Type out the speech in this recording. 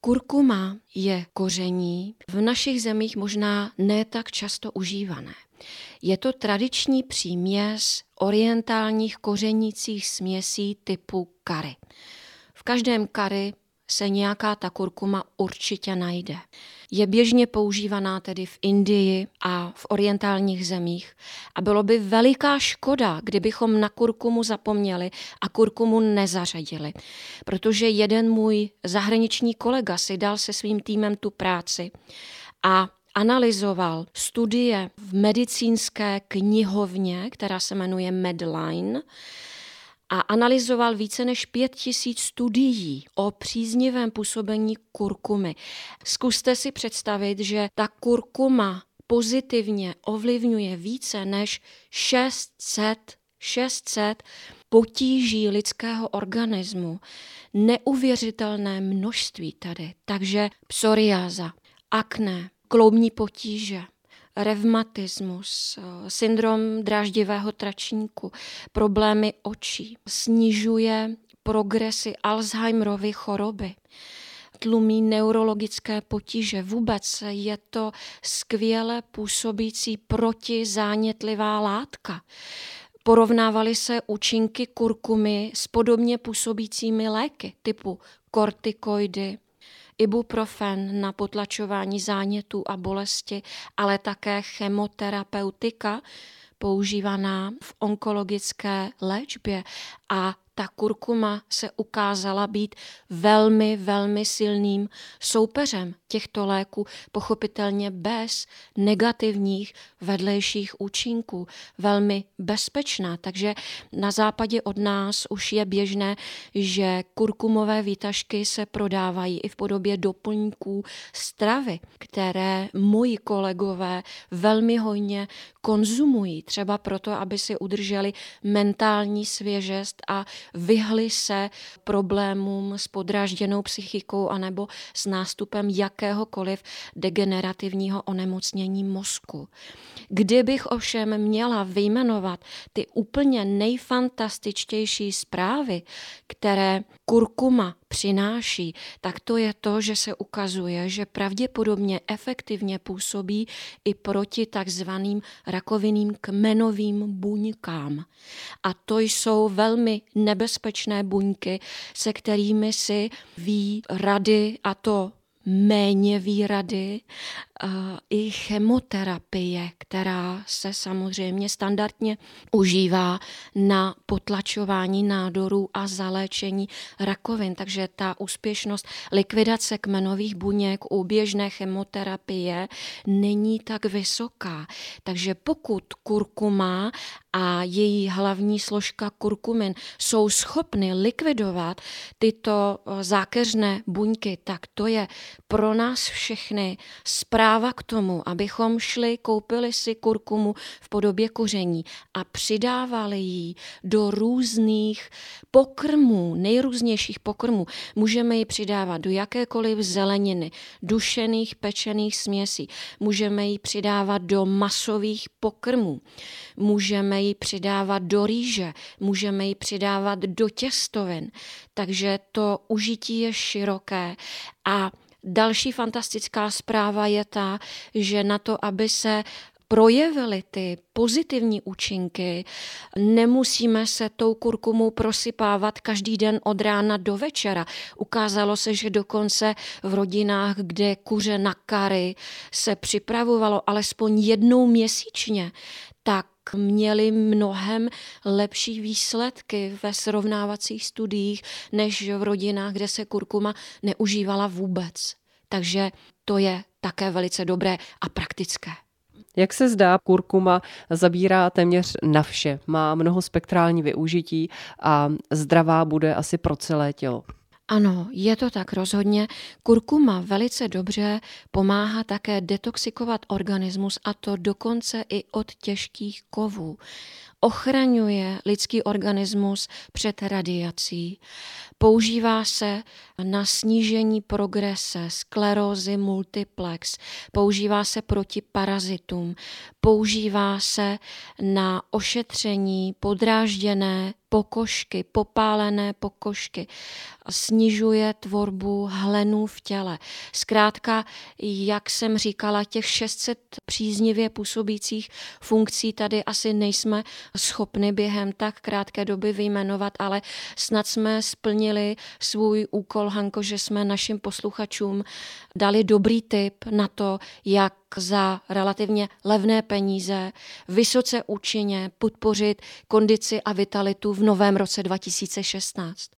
Kurkuma je koření, v našich zemích možná ne tak často užívané. Je to tradiční příměs orientálních kořenících směsí typu curry. V každém curry se nějaká ta kurkuma určitě najde. Je běžně používaná tedy v Indii a v orientálních zemích a bylo by veliká škoda, kdybychom na kurkumu zapomněli a kurkumu nezařadili, protože jeden můj zahraniční kolega si dal se svým týmem tu práci a analyzoval studie v medicínské knihovně, která se jmenuje Medline, a analyzoval více než 5000 studií o příznivém působení kurkumy. Zkuste si představit, že ta kurkuma pozitivně ovlivňuje více než 600 potíží lidského organismu. Neuvěřitelné množství tady. Takže psoriáza, akné, kloubní potíže, revmatismus, syndrom dráždivého tračníku, problémy očí, snižuje progresy Alzheimerovy choroby, tlumí neurologické potíže. Vůbec je to skvěle působící protizánětlivá látka. Porovnávaly se účinky kurkumy s podobně působícími léky typu kortikoidy, ibuprofen na potlačování zánětů a bolesti, ale také chemoterapeutika používaná v onkologické léčbě a ta kurkuma se ukázala být velmi, velmi silným soupeřem těchto léků, pochopitelně bez negativních vedlejších účinků, velmi bezpečná. Takže na západě od nás už je běžné, že kurkumové výtažky se prodávají i v podobě doplňků stravy, které moji kolegové velmi hojně konzumují, třeba proto, aby si udrželi mentální svěžest a vyhli se problémům s podrážděnou psychikou anebo s nástupem jakéhokoliv degenerativního onemocnění mozku. Kdybych ovšem měla vyjmenovat ty úplně nejfantastičtější zprávy, které kurkuma přináší, tak to je to, že se ukazuje, že pravděpodobně efektivně působí i proti takzvaným rakovinným kmenovým buňkám. A to jsou velmi nebezpečné buňky, se kterými si ví rady, a to méně ví rady, i chemoterapie, která se samozřejmě standardně užívá na potlačování nádorů a zaléčení rakovin. Takže ta úspěšnost likvidace kmenových buněk u běžné chemoterapie není tak vysoká. Takže pokud kurkuma a její hlavní složka kurkumin jsou schopny likvidovat tyto zákeřné buňky, tak to je pro nás všechny zpráva k tomu, abychom šli, koupili si kurkumu v podobě koření a přidávali ji do různých pokrmů, nejrůznějších pokrmů. Můžeme ji přidávat do jakékoliv zeleniny, dušených, pečených směsí. Můžeme ji přidávat do masových pokrmů. Můžeme ji přidávat do rýže. Můžeme ji přidávat do těstovin. Takže to užití je široké a další fantastická zpráva je ta, že na to, aby se projevily ty pozitivní účinky, nemusíme se tou kurkumou prosypávat každý den od rána do večera. Ukázalo se, že dokonce v rodinách, kde kuře na curry se připravovalo alespoň jednou měsíčně, tak měli mnohem lepší výsledky ve srovnávacích studiích, než v rodinách, kde se kurkuma neužívala vůbec. Takže to je také velice dobré a praktické. Jak se zdá, kurkuma zabírá téměř na vše, má mnohospektrální využití a zdravá bude asi pro celé tělo. Ano, je to tak rozhodně. Kurkuma velice dobře pomáhá také detoxikovat organismus, a to dokonce i od těžkých kovů. ochraňuje lidský organismus před radiací. Používá se na snížení progrese sklerózy multiplex, používá se proti parazitům, používá se na ošetření podrážděné pokožky, popálené pokožky, snižuje tvorbu hlenů v těle. Zkrátka, jak jsem říkala, těch 600 příznivě působících funkcí tady asi nejsme schopni během tak krátké doby vyjmenovat, ale snad jsme splnili svůj úkol, Hanko, že jsme našim posluchačům dali dobrý tip na to, jak za relativně levné peníze vysoce účinně podpořit kondici a vitalitu v novém roce 2016.